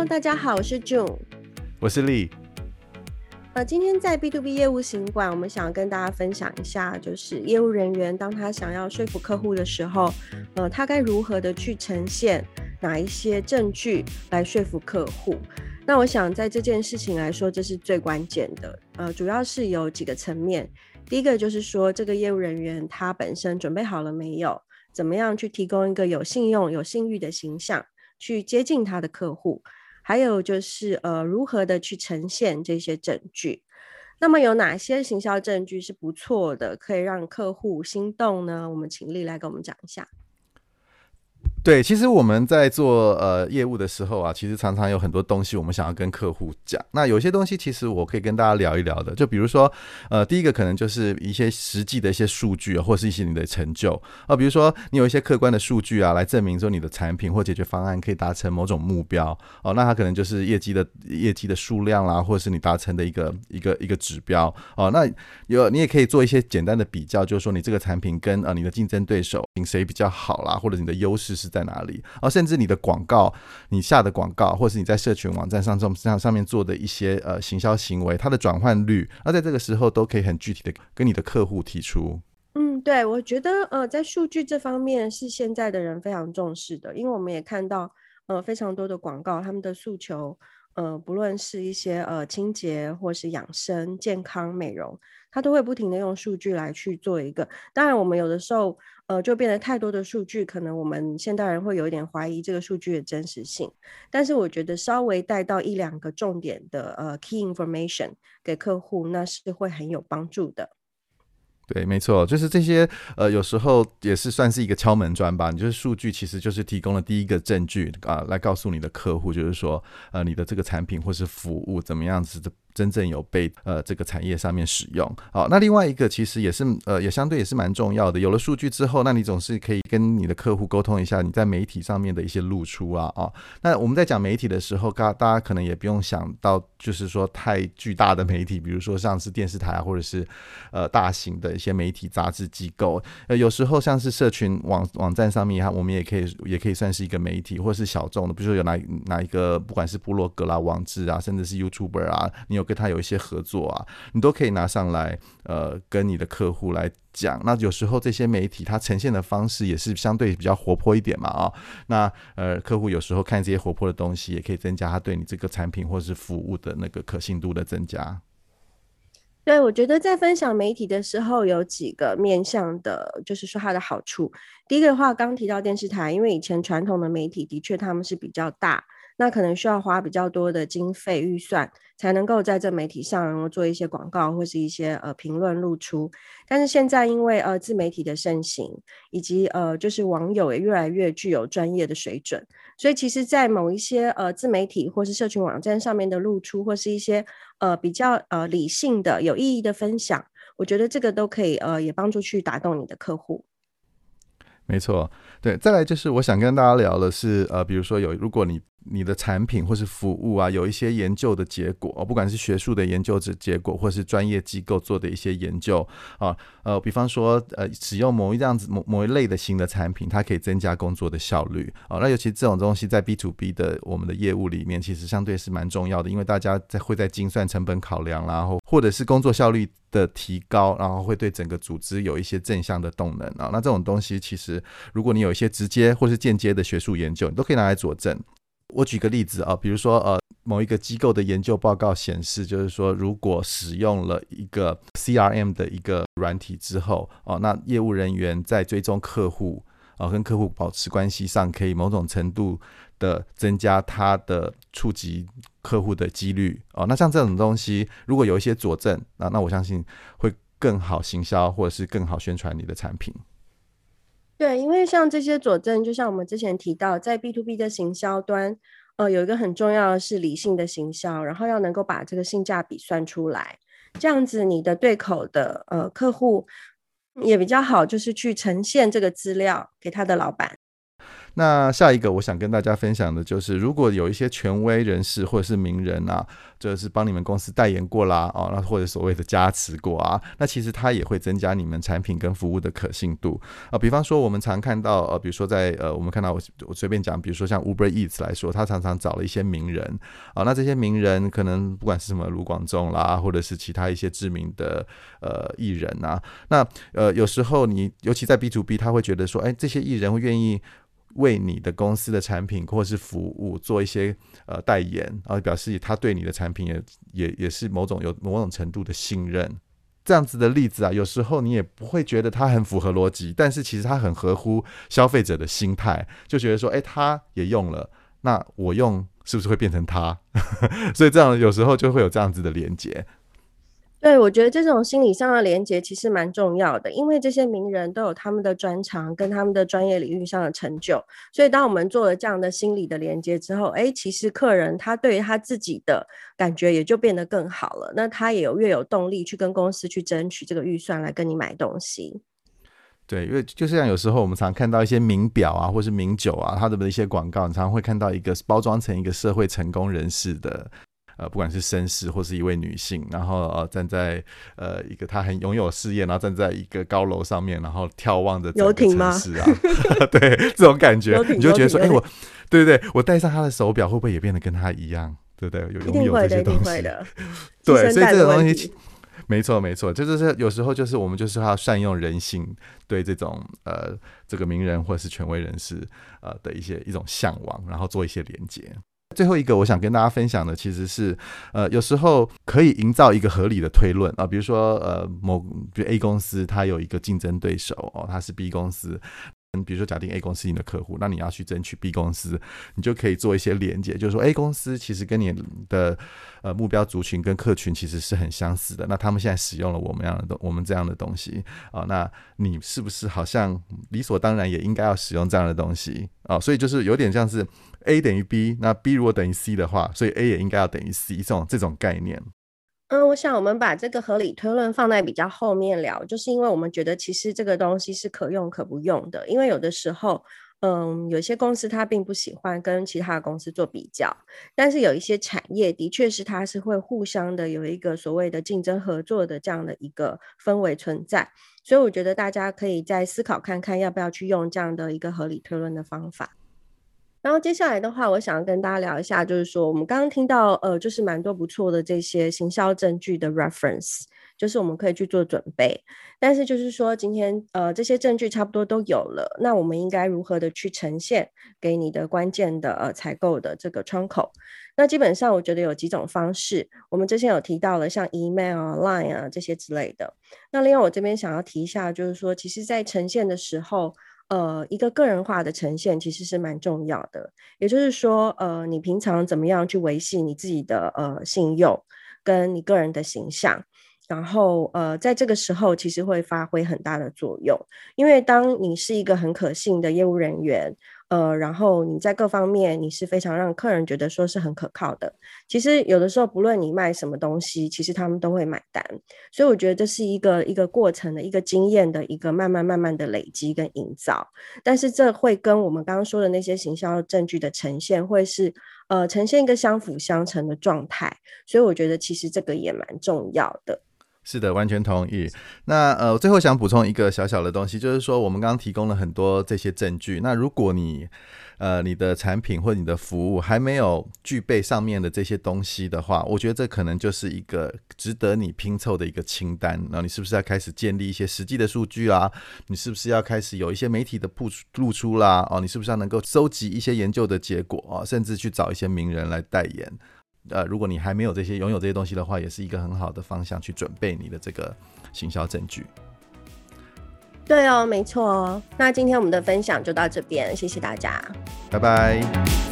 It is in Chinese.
Hello，大家好，我是 June。 我是丽。 今天在 B2B 业务行馆，我们想跟大家分享一下，就是业务人员当他想要说服客户的时候，他该如何的去呈现哪一些证据来说服客户。那我想在这件事情来说，这是最关键的。主要是有几个层面。第一个就是说，这个业务人员他本身准备好了没有，怎么样去提供一个有信用、有信誉的形象，去接近他的客户。还有就是如何的去呈现这些证据。那么有哪些行销证据是不错的，可以让客户心动呢？我们请丽来跟我们讲一下。 对，其实我们在做业务的时候啊，其实常常有很多东西我们想要跟客户讲。那有些东西其实我可以跟大家聊一聊的，就比如说第一个可能就是一些实际的一些数据或是一些你的成就比如说你有一些客观的数据啊，来证明说你的产品或解决方案可以达成某种目标那它可能就是业绩的数量啦，或者是你达成的一个指标那你也可以做一些简单的比较，就是说你这个产品跟你的竞争对手谁比较好啦，或者你的优势是在哪里甚至你的广告，你下的广告，或是你在社群网站上面做的一些行销行为，它的转换率，那在这个时候都可以很具体的跟你的客户提出。 对，我觉得在数据这方面是现在的人非常重视的，因为我们也看到非常多的广告，他们的诉求不论是一些清洁或是养生、健康、美容，它都会不停的用数据来去做一个。当然，我们有的时候就变得太多的数据，可能我们现代人会有一点怀疑这个数据的真实性。但是我觉得稍微带到一两个重点的key information 给客户，那是会很有帮助的。 对，没错，就是这些有时候也是算是一个敲门砖吧。你就是数据其实就是提供了第一个证据来告诉你的客户，就是说你的这个产品或是服务怎么样子的真正有被这个产业上面使用。好，那另外一个其实也是也相对也是蛮重要的。有了数据之后，那你总是可以跟你的客户沟通一下你在媒体上面的一些露出那我们在讲媒体的时候，大家可能也不用想到就是说太巨大的媒体，比如说像是电视台或者是大型的一些媒体杂志机构有时候像是社群网站上面我们也可以算是一个媒体，或是小众的，比如说有哪一个不管是部落格啦、网志啊，甚至是 YouTuber 你有跟他有一些合作你都可以拿上来跟你的客户来讲。那有时候这些媒体它呈现的方式也是相对比较活泼一点嘛那客户有时候看这些活泼的东西，也可以增加他对你这个产品或是服务的那个可信度的增加。 对，我觉得在分享媒体的时候有几个面向的，就是说它的好处。第一个的话，刚提到电视台，因为以前传统的媒体的确他们是比较大，那可能需要花比较多的经费预算，才能够在这媒体上做一些广告或是一些评论露出。但是现在因为自媒体的盛行，以及就是网友也越来越具有专业的水准，所以其实在某一些自媒体或是社群网站上面的露出，或是一些比较理性的有意义的分享，我觉得这个都可以也帮助去打动你的客户。 没错，对，再来就是我想跟大家聊的是比如说如果你的产品或是服务有一些研究的结果不管是学术的研究结果，或是专业机构做的一些研究比方说使用某一类的新的产品，它可以增加工作的效率那尤其这种东西在 B2B 的我们的业务里面，其实相对是蛮重要的，因为大家会在精算成本考量，然后或者是工作效率的提高，然后会对整个组织有一些正向的动能那这种东西其实如果你有一些直接或是间接的学术研究，你都可以拿来佐证。我举个例子比如说某一个机构的研究报告显示，就是说如果使用了一个 CRM 的一个软体之后那业务人员在追踪客户跟客户保持关系上，可以某种程度的增加他的触及客户的几率那像这种东西如果有一些佐证那我相信会更好行销，或者是更好宣传你的产品。 对，因为像这些佐证，就像我们之前提到，在 B2B 的行销端，有一个很重要的是理性的行销，然后要能够把这个性价比算出来，这样子你的对口的客户也比较好，就是去呈现这个资料给他的老板。 那下一个我想跟大家分享的就是，如果有一些权威人士或者是名人啊，就是帮你们公司代言过啦，那或者所谓的加持过啊，那其实它也会增加你们产品跟服务的可信度比方说我们常看到比如说在我们看到我随便讲，比如说像 Uber Eats 来说，他常常找了一些名人那这些名人可能不管是什么卢广仲啦，或者是其他一些知名的艺人啊，那有时候你尤其在 B2B， 他会觉得说，这些艺人会愿意为你的公司的产品或是服务做一些代言表示他对你的产品也是有某种程度的信任。这样子的例子有时候你也不会觉得它很符合逻辑，但是其实它很合乎消费者的心态，就觉得说他也用了，那我用是不是会变成他所以这样有时候就会有这样子的连结。 对，我觉得这种心理上的连结其实蛮重要的，因为这些名人都有他们的专长跟他们的专业领域上的成就，所以当我们做了这样的心理的连接之后，其实客人他对于他自己的感觉也就变得更好了，那他也越有动力去跟公司去争取这个预算来跟你买东西。 对，因为就像有时候我们常看到一些名表或是名酒它的一些广告，你常常会看到一个包装成一个社会成功人士的不管是绅士或是一位女性，然后站在一个她很拥有事业，然后站在一个高楼上面，然后眺望着整个城市对，这种感觉你就觉得说对，我戴上她的手表会不会也变得跟她一样，对不对？拥有这些东西， 一定会的对，所以这种东西没错，就是有时候就是我们就是要善用人性对这种这个名人或者是权威人士的一种向往，然后做一些连结。最后一个我想跟大家分享的其实是有时候可以营造一个合理的推论比如说比如 A 公司它有一个竞争对手它是 B 公司，比如说假定 A 公司你的客户，那你要去争取 B 公司，你就可以做一些连结，就是说 A 公司其实跟你的目标族群跟客群其实是很相似的，那他们现在使用了我们这样的东西那你是不是好像理所当然也应该要使用这样的东西所以就是有点像是 A 等于 B， 那 B 如果等于 C 的话，所以 A 也应该要等于 C 这种概念。 我想我们把这个合理推论放在比较后面聊，就是因为我们觉得其实这个东西是可用可不用的，因为有的时候有些公司它并不喜欢跟其他的公司做比较，但是有一些产业的确是它是会互相的有一个所谓的竞争合作的这样的一个氛围存在，所以我觉得大家可以再思考看看要不要去用这样的一个合理推论的方法。然后接下来的话，我想要跟大家聊一下，就是说我们刚刚听到就是蛮多不错的这些行销证据的 reference， 就是我们可以去做准备，但是就是说今天这些证据差不多都有了，那我们应该如何的去呈现给你的关键的采购的这个窗口。那基本上我觉得有几种方式，我们之前有提到了像 email line 这些之类的。那另外我这边想要提一下，就是说其实在呈现的时候一个个人化的呈现其实是蛮重要的，也就是说你平常怎么样去维系你自己的信用跟你个人的形象，然后在这个时候其实会发挥很大的作用，因为当你是一个很可信的业务人员然后你在各方面你是非常让客人觉得说是很可靠的，其实有的时候不论你卖什么东西，其实他们都会买单，所以我觉得这是一个过程的一个经验的一个慢慢的累积跟营造，但是这会跟我们刚刚说的那些行销证据的呈现会是呈现一个相辅相成的状态，所以我觉得其实这个也蛮重要的。 是的，完全同意。那最后想补充一个小小的东西，就是说我们刚刚提供了很多这些证据，那如果你的产品或你的服务还没有具备上面的这些东西的话，我觉得这可能就是一个值得你拼凑的一个清单。然后你是不是要开始建立一些实际的数据啦？你是不是要开始有一些媒体的露出啦？你是不是要能够收集一些研究的结果甚至去找一些名人来代言？如果你还没有拥有这些东西的话，也是一个很好的方向去准备你的这个行销证据。 对哦，没错哦。那今天我们的分享就到这边，谢谢大家， 拜拜。